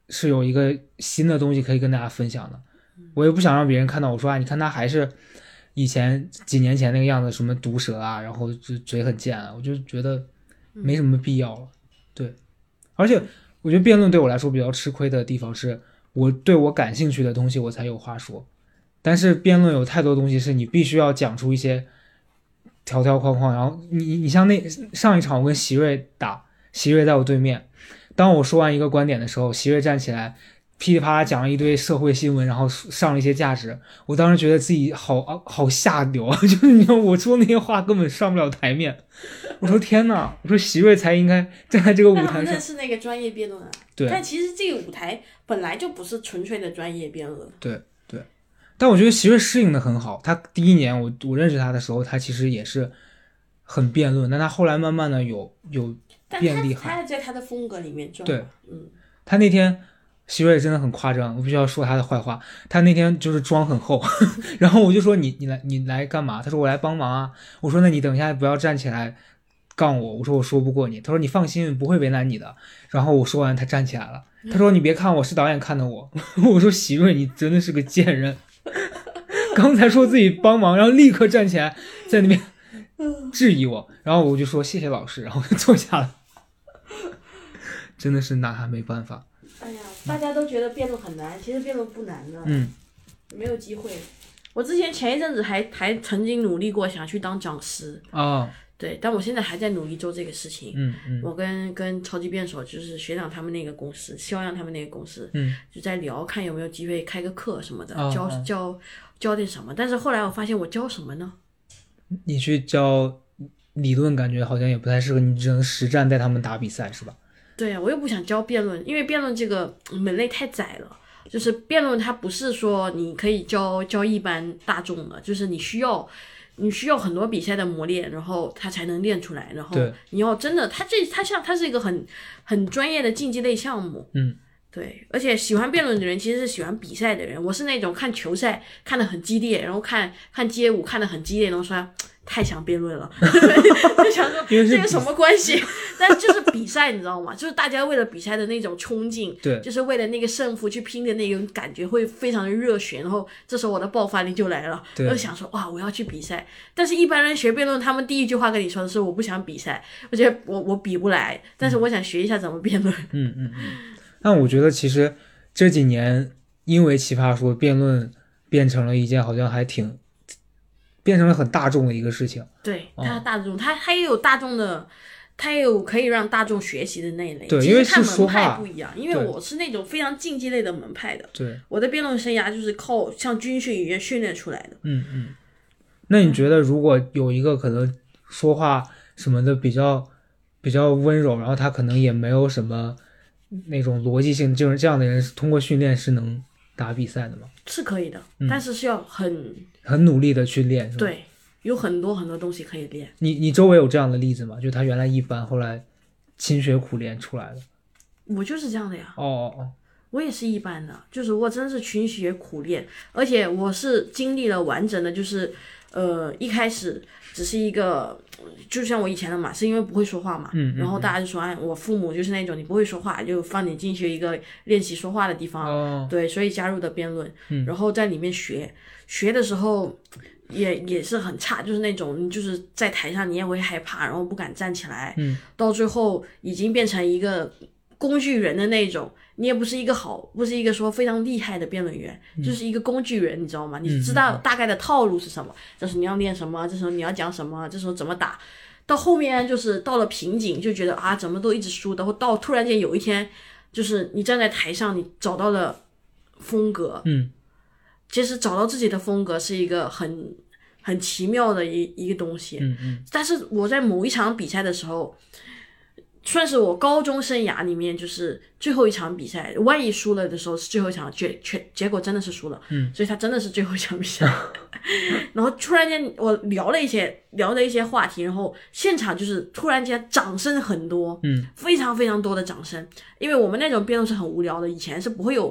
是有一个新的东西可以跟大家分享的。我也不想让别人看到我说啊，你看他还是以前几年前那个样子，什么毒舌啊，然后就嘴很贱啊，我就觉得没什么必要了。对，而且我觉得辩论对我来说比较吃亏的地方是，我对我感兴趣的东西我才有话说，但是辩论有太多东西是你必须要讲出一些条条框框，然后你你像那上一场我跟席瑞打，席瑞在我对面，当我说完一个观点的时候，席瑞站起来噼里啪啦讲了一堆社会新闻，然后上了一些价值，我当时觉得自己好好下流啊，就是你知道我说那些话根本上不了台面。我说天哪，我说席瑞才应该站在这个舞台上。 那是那个专业辩论啊。 对。 但其实这个舞台本来就不是纯粹的专业辩论。 对对。但我觉得席瑞适应的很好，他第一年我我认识他的时候，他其实也是很辩论，但他后来慢慢的有有变厉害。 他还在他的风格里面转。 对， 嗯。 他那天。席瑞真的很夸张，我必须要说他的坏话。他那天就是妆很厚，然后我就说你你来你来干嘛？他说我来帮忙啊。我说那你等一下不要站起来杠我。我说我说不过你。他说你放心，不会为难你的。然后我说完，他站起来了。他说你别看我是导演看的我。我说席瑞你真的是个贱人，刚才说自己帮忙，然后立刻站起来在那边质疑我。然后我就说谢谢老师，然后就坐下了。真的是拿他没办法。 哎呀，大家都觉得辩论很难，其实辩论不难的， 嗯， 没有机会。我之前前一阵子还还曾经努力过想去当讲师啊、哦， 对，但我现在还在努力做这个事情。 嗯嗯， 我跟跟超级辩手就是学长他们那个公司，肖阳他们那个公司， 嗯， 就在聊看有没有机会开个课什么的， 哦、 教哦教教点什么。但是后来我发现我教什么呢？ 你去教理论，感觉好像也不太适合，你只能实战带他们打比赛，是吧？ 对啊，我又不想教辩论，因为辩论这个门类太窄了。就是辩论它不是说你可以教教一般大众的，就是你需要你需要很多比赛的磨练，然后它才能练出来。然后你要真的，它这它像它是一个很很专业的竞技类项目。 嗯， 对，而且喜欢辩论的人其实是喜欢比赛的人。我是那种看球赛看得很激烈，然后看看街舞看得很激烈，然后说太想辩论了，就想说这个什么关系？但就是比赛，你知道吗？就是大家为了比赛的那种冲劲， 对， 就是为了那个胜负去拼的那种感觉，会非常的热血。然后这时候我的爆发力就来了，我就想说哇，我要去比赛。但是一般人学辩论，他们第一句话跟你说的是我不想比赛，我觉得我我比不来，但是我想学一下怎么辩论。 嗯嗯嗯。但我觉得其实这几年因为奇葩说辩论变成了一件好像还挺。变成了很大众的一个事情。 对，它大众，它它也有大众的，它也有可以让大众学习的那一类。 对，因为是说话门派不一样，因为我是那种非常竞技类的门派的。 对， 我的辩论生涯就是靠像军训一样训练出来的。 嗯嗯。那你觉得如果有一个可能说话什么的比较比较温柔，然后他可能也没有什么那种逻辑性，就是这样的人通过训练是能打比赛的吗？ 是可以的， 嗯、 但是是要很很努力的去练，是吧？ 对，有很多很多东西可以练。 你你周围有这样的例子吗？就他原来一般，后来勤学苦练出来的。 我就是这样的呀。 哦哦哦。 我也是一般的，就是我真是勤学苦练，而且我是经历了完整的，就是呃一开始只是一个，就像我以前的嘛，是因为不会说话嘛， 嗯嗯嗯， 然后大家就说，哎，我父母就是那种你不会说话，就放你进去一个练习说话的地方， 哦， 对，所以加入的辩论， 嗯， 然后在里面学，学的时候也也是很差，就是那种你就是在台上你也会害怕，然后不敢站起来， 嗯， 到最后已经变成一个工具人的那种。你也不是一个好，不是一个说非常厉害的辩论员， 嗯、 就是一个工具人，你知道吗？你知道大概的套路是什么？这时候你要练什么？这时候你要讲什么？这时候怎么打？到后面就是到了瓶颈，就觉得啊，怎么都一直输的。然后到突然间有一天，就是你站在台上，你找到了风格。 嗯， 其实找到自己的风格是一个很很奇妙的一一个东西。 嗯嗯。 但是我在某一场比赛的时候。算是我高中生涯里面就是最后一场比赛，万一输了的时候是最后一场，结结结果真的是输了， 嗯， 所以他真的是最后一场比赛。然后突然间我聊了一些聊了一些话题，然后现场就是突然间掌声很多， 嗯， 非常非常多的掌声，因为我们那种辩论是很无聊的，以前是不会有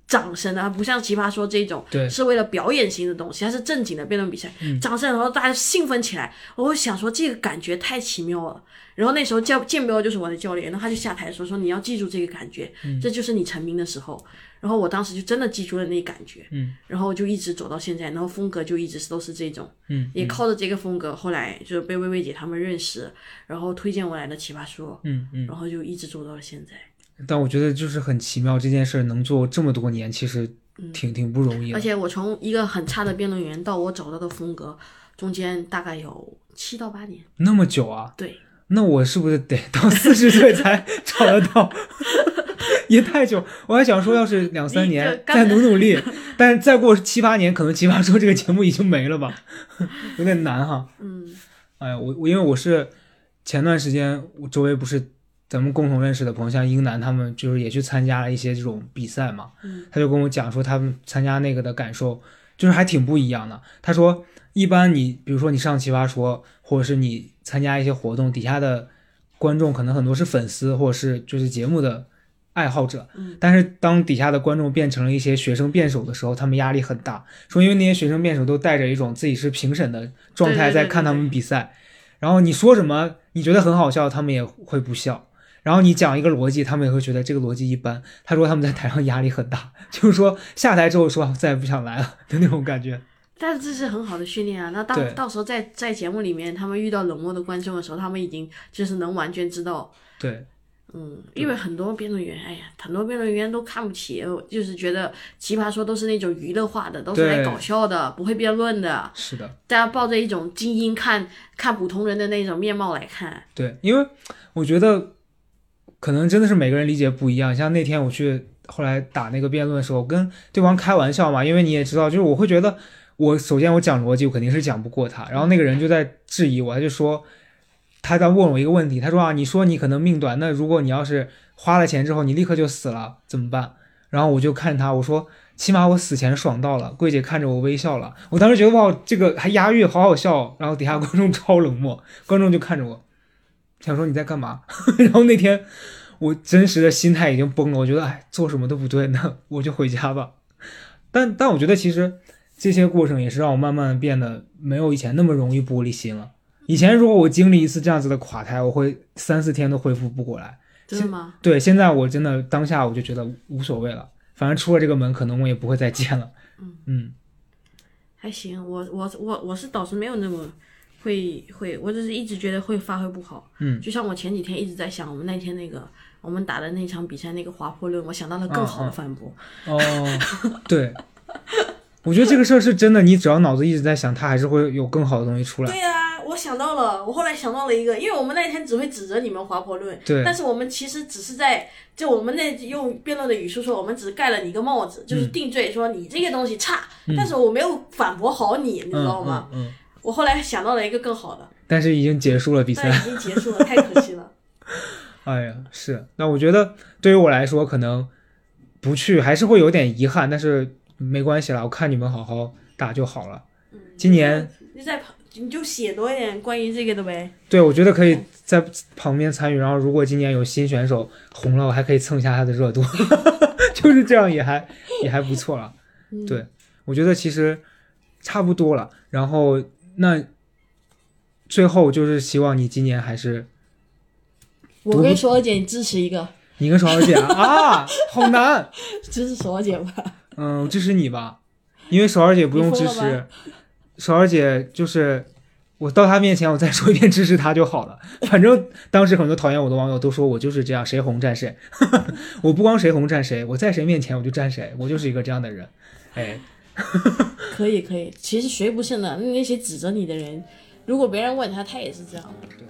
掌声的，不像奇葩说这种是为了表演型的东西，它是正经的辩论比赛， 嗯、 掌声，然后大家兴奋起来，我想说这个感觉太奇妙了。然后那时候教建标就是我的教练，然后他就下台说说你要记住这个感觉、嗯、这就是你成名的时候。然后我当时就真的记住了那感觉， 嗯， 然后就一直走到现在，然后风格就一直都是这种， 嗯， 也靠着这个风格，后来就被薇薇姐他们认识，然后推荐我来的奇葩说， 嗯嗯， 然后就一直走到了现在。 但我觉得就是很奇妙，这件事能做这么多年，其实挺、嗯、挺不容易的。 而且我从一个很差的辩论员到我找到的风格，中间大概有七到八年， 那么久啊？ 对。 那我是不是得到四十岁才找得到？也太久，我还想说，要是两三年再努努力，但是再过七八年，可能奇葩说这个节目已经没了吧，有点难哈。 嗯， 哎呀，我我因为我是前段时间，我周围不是咱们共同认识的朋友，像英男他们，就是也去参加了一些这种比赛嘛。 嗯， 他就跟我讲说，他们参加那个的感受，就是还挺不一样的。他说，一般你比如说你上奇葩说，或者是你参加一些活动，底下的观众可能很多是粉丝，或者是就是节目的爱好者，但是当底下的观众变成了一些学生辩手的时候，他们压力很大，说因为那些学生辩手都带着一种自己是评审的状态在看他们比赛， 对对对对， 然后你说什么你觉得很好笑，他们也会不笑，然后你讲一个逻辑，他们也会觉得这个逻辑一般。他说他们在台上压力很大，就是说下台之后说再也不想来了的那种感觉。 但是这是很好的训练啊！那到到时候在在节目里面，他们遇到冷漠的观众的时候，他们已经就是能完全知道。 对， 嗯，因为很多辩论员，哎呀，很多辩论员都看不起，就是觉得奇葩说都是那种娱乐化的，都是来搞笑的，不会辩论的。 是的， 大家抱着一种精英看看普通人的那种面貌来看。 对，因为我觉得可能真的是每个人理解不一样。像那天我去后来打那个辩论的时候，跟对方开玩笑嘛，因为你也知道，就是我会觉得。我首先我讲逻辑我肯定是讲不过他，然后那个人就在质疑我，他就说他在问我一个问题，他说啊，你说你可能命短，那如果你要是花了钱之后你立刻就死了怎么办？然后我就看他，我说起码我死前爽到了，桂姐看着我微笑了，我当时觉得哇这个还押韵好好笑，然后底下观众超冷漠，观众就看着我想说你在干嘛然后那天我真实的心态已经崩了，我觉得哎做什么都不对，那我就回家吧。但但我觉得其实这些过程也是让我慢慢的变得没有以前那么容易玻璃心了。以前如果我经历一次这样子的垮台，我会三四天都恢复不过来。 真的吗？ 对，现在我真的当下我就觉得无所谓了，反正出了这个门可能我也不会再见了。 嗯嗯， 还行，我我我我是倒是没有那么会会，我只是一直觉得会发挥不好。 嗯， 就像我前几天一直在想，我们那天那个我们打的那场比赛那个滑坡论，我想到了更好的反驳。 哦，哦对。我觉得这个事儿是真的，你只要脑子一直在想，它还是会有更好的东西出来。 对啊，我想到了，我后来想到了一个，因为我们那天只会指责你们滑坡论， 对， 但是我们其实只是在，就我们那用辩论的语速说，我们只盖了你一个帽子，就是定罪，说你这个东西差， 嗯、 但是我没有反驳好你，你知道吗？ 嗯嗯嗯、 我后来想到了一个更好的， 但是已经结束了比赛， 但已经结束了，太可惜了。 哎呀，是，那我觉得对于我来说，可能不去还是会有点遗憾，但是没关系啦，我看你们好好打就好了。 嗯、 今年你在你就写多一点关于这个的呗。 对，我觉得可以在旁边参与，然后如果今年有新选手红了，我还可以蹭一下他的热度，就是这样也还也还不错了。 嗯、 对，我觉得其实差不多了。然后那最后就是希望你今年还是。 我跟索尔姐支持一个。 你跟索尔姐啊啊，好难。 支持索尔姐吧。 嗯，我支持你吧，因为索尔姐不用支持。索尔姐就是我到她面前，我再说一遍支持她就好了。反正当时很多讨厌我的网友都说我就是这样，谁红站谁。我不光谁红站谁，我在谁面前我就站谁，我就是一个这样的人。哎， 可以可以，其实谁不是呢？那些指责你的人，如果别人问他，他也是这样的。 对。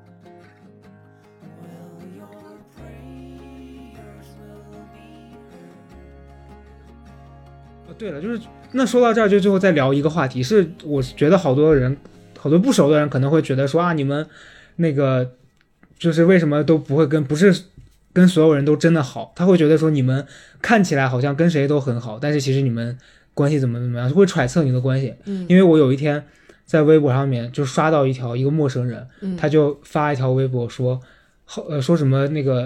对了，就是那说到这儿，就最后再聊一个话题，是我觉得好多人，好多不熟的人可能会觉得说啊，你们那个就是为什么都不会跟不是跟所有人都真的好？他会觉得说你们看起来好像跟谁都很好，但是其实你们关系怎么怎么样，会揣测你的关系。 嗯， 因为我有一天在微博上面就刷到一条一个陌生人， 嗯、 他就发一条微博说，呃说什么那个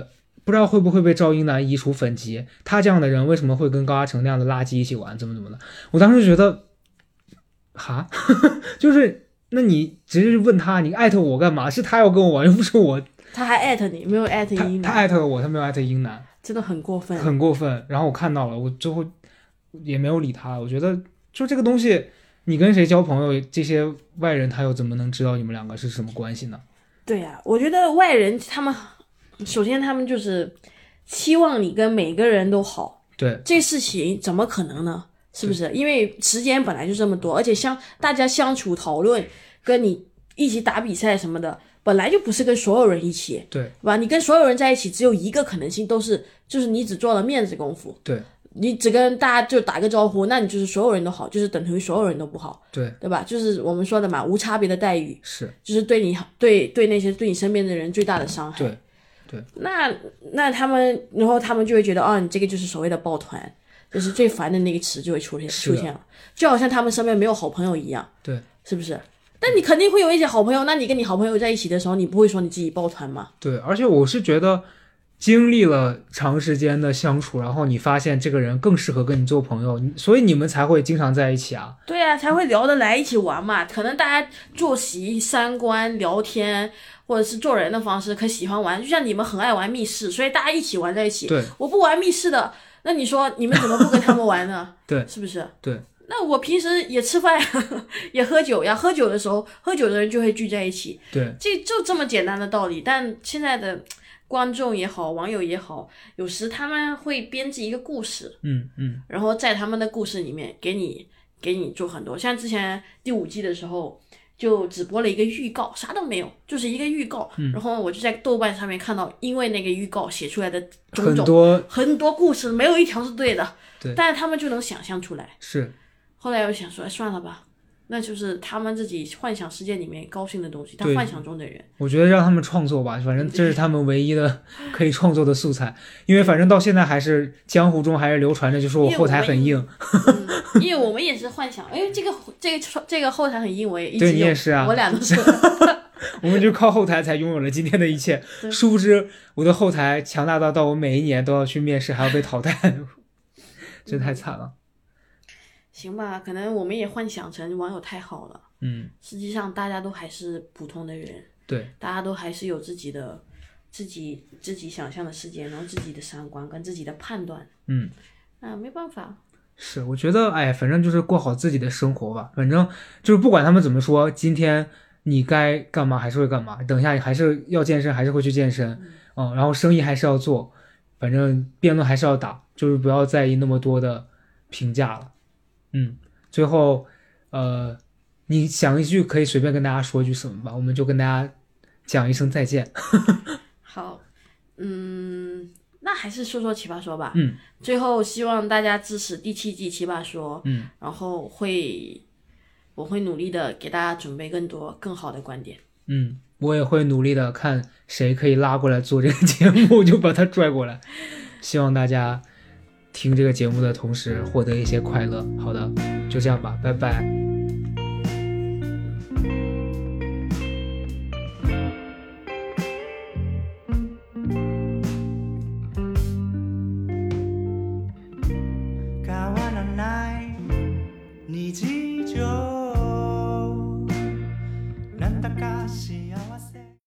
不知道会不会被赵英男移除粉籍，他这样的人为什么会跟高嘉诚那样的垃圾一起玩，怎么怎么的？我当时就觉得，哈，就是那你直接问他，你艾特我干嘛？是他要跟我玩，又不是我。 他还艾特你，没有艾特英男。 他艾特了我，他没有艾特英男， 真的很过分， 很过分。然后我看到了，我最后也没有理他。我觉得就这个东西，你跟谁交朋友，这些外人他又怎么能知道你们两个是什么关系呢？ 对呀、啊，我觉得外人他们首先他们就是期望你跟每个人都好， 对， 这事情怎么可能呢？是不是？因为时间本来就这么多，而且相大家相处讨论，跟你一起打比赛什么的，本来就不是跟所有人一起， 对， 对吧？你跟所有人在一起，只有一个可能性，都是就是你只做了面子功夫， 对， 你只跟大家就打个招呼，那你就是所有人都好，就是等同于所有人都不好， 对， 对吧？就是我们说的嘛，无差别的待遇， 是， 就是对你对对那些对你身边的人最大的伤害。 对，对。 那那他们，然后他们就会觉得，哦，你这个就是所谓的抱团，就是最烦的那个词就会出现出现了，就好像他们身边没有好朋友一样， 对， 是不是？但你肯定会有一些好朋友，那你跟你好朋友在一起的时候，你不会说你自己抱团吗？ 对，而且我是觉得经历了长时间的相处，然后你发现这个人更适合跟你做朋友，所以你们才会经常在一起啊。 对啊，才会聊得来，一起玩嘛。可能大家作息、三观、聊天，或者是做人的方式，可喜欢玩。就像你们很爱玩密室，所以大家一起玩在一起。 对， 我不玩密室的，那你说你们怎么不跟他们玩呢？ 对， 是不是？ 对。 那我平时也吃饭也喝酒呀，喝酒的时候，喝酒的人就会聚在一起。 对， 这就这么简单的道理。但现在的观众也好，网友也好，有时他们会编辑一个故事， 嗯嗯， 然后在他们的故事里面给你给你做很多。像之前第五季的时候，就只播了一个预告，啥都没有，就是一个预告。嗯、然后我就在豆瓣上面看到，因为那个预告写出来的种种很多很多故事，没有一条是对的。 对， 但是他们就能想象出来。 是。 后来我想说，算了吧，那就是他们自己幻想世界里面高兴的东西，他幻想中的人。 我觉得让他们创作吧，反正这是他们唯一的可以创作的素材。因为反正到现在还是江湖中还是流传着，就说我后台很硬。 嗯、因为我们也是幻想，哎，这个这个这个后台很硬，我也一直有。 对你也是啊， 我俩都是。 我们就靠后台才拥有了今天的一切。殊不知我的后台强大到到我每一年都要去面试，还要被淘汰，这太惨了。 行吧，可能我们也幻想成网友太好了， 嗯， 实际上大家都还是普通的人， 对， 大家都还是有自己的、自己自己想象的世界，然后自己的三观跟自己的判断， 嗯， 啊，没办法， 是，我觉得，哎，反正就是过好自己的生活吧，反正就是不管他们怎么说，今天你该干嘛还是会干嘛，等一下还是要健身，还是会去健身，嗯，嗯然后生意还是要做，反正辩论还是要打，就是不要在意那么多的评价了。嗯，最后，呃，你想一句可以随便跟大家说一句什么吧，我们就跟大家讲一声再见。 好，嗯，那还是说说奇葩说吧。 嗯， 最后希望大家支持第七季奇葩说。 嗯， 然后会，我会努力的给大家准备更多更好的观点。 嗯，我也会努力的看谁可以拉过来做这个节目，就把他拽过来。希望大家听这个节目的同时获得一些快乐。好的，就这样吧，拜拜。 変わらない日常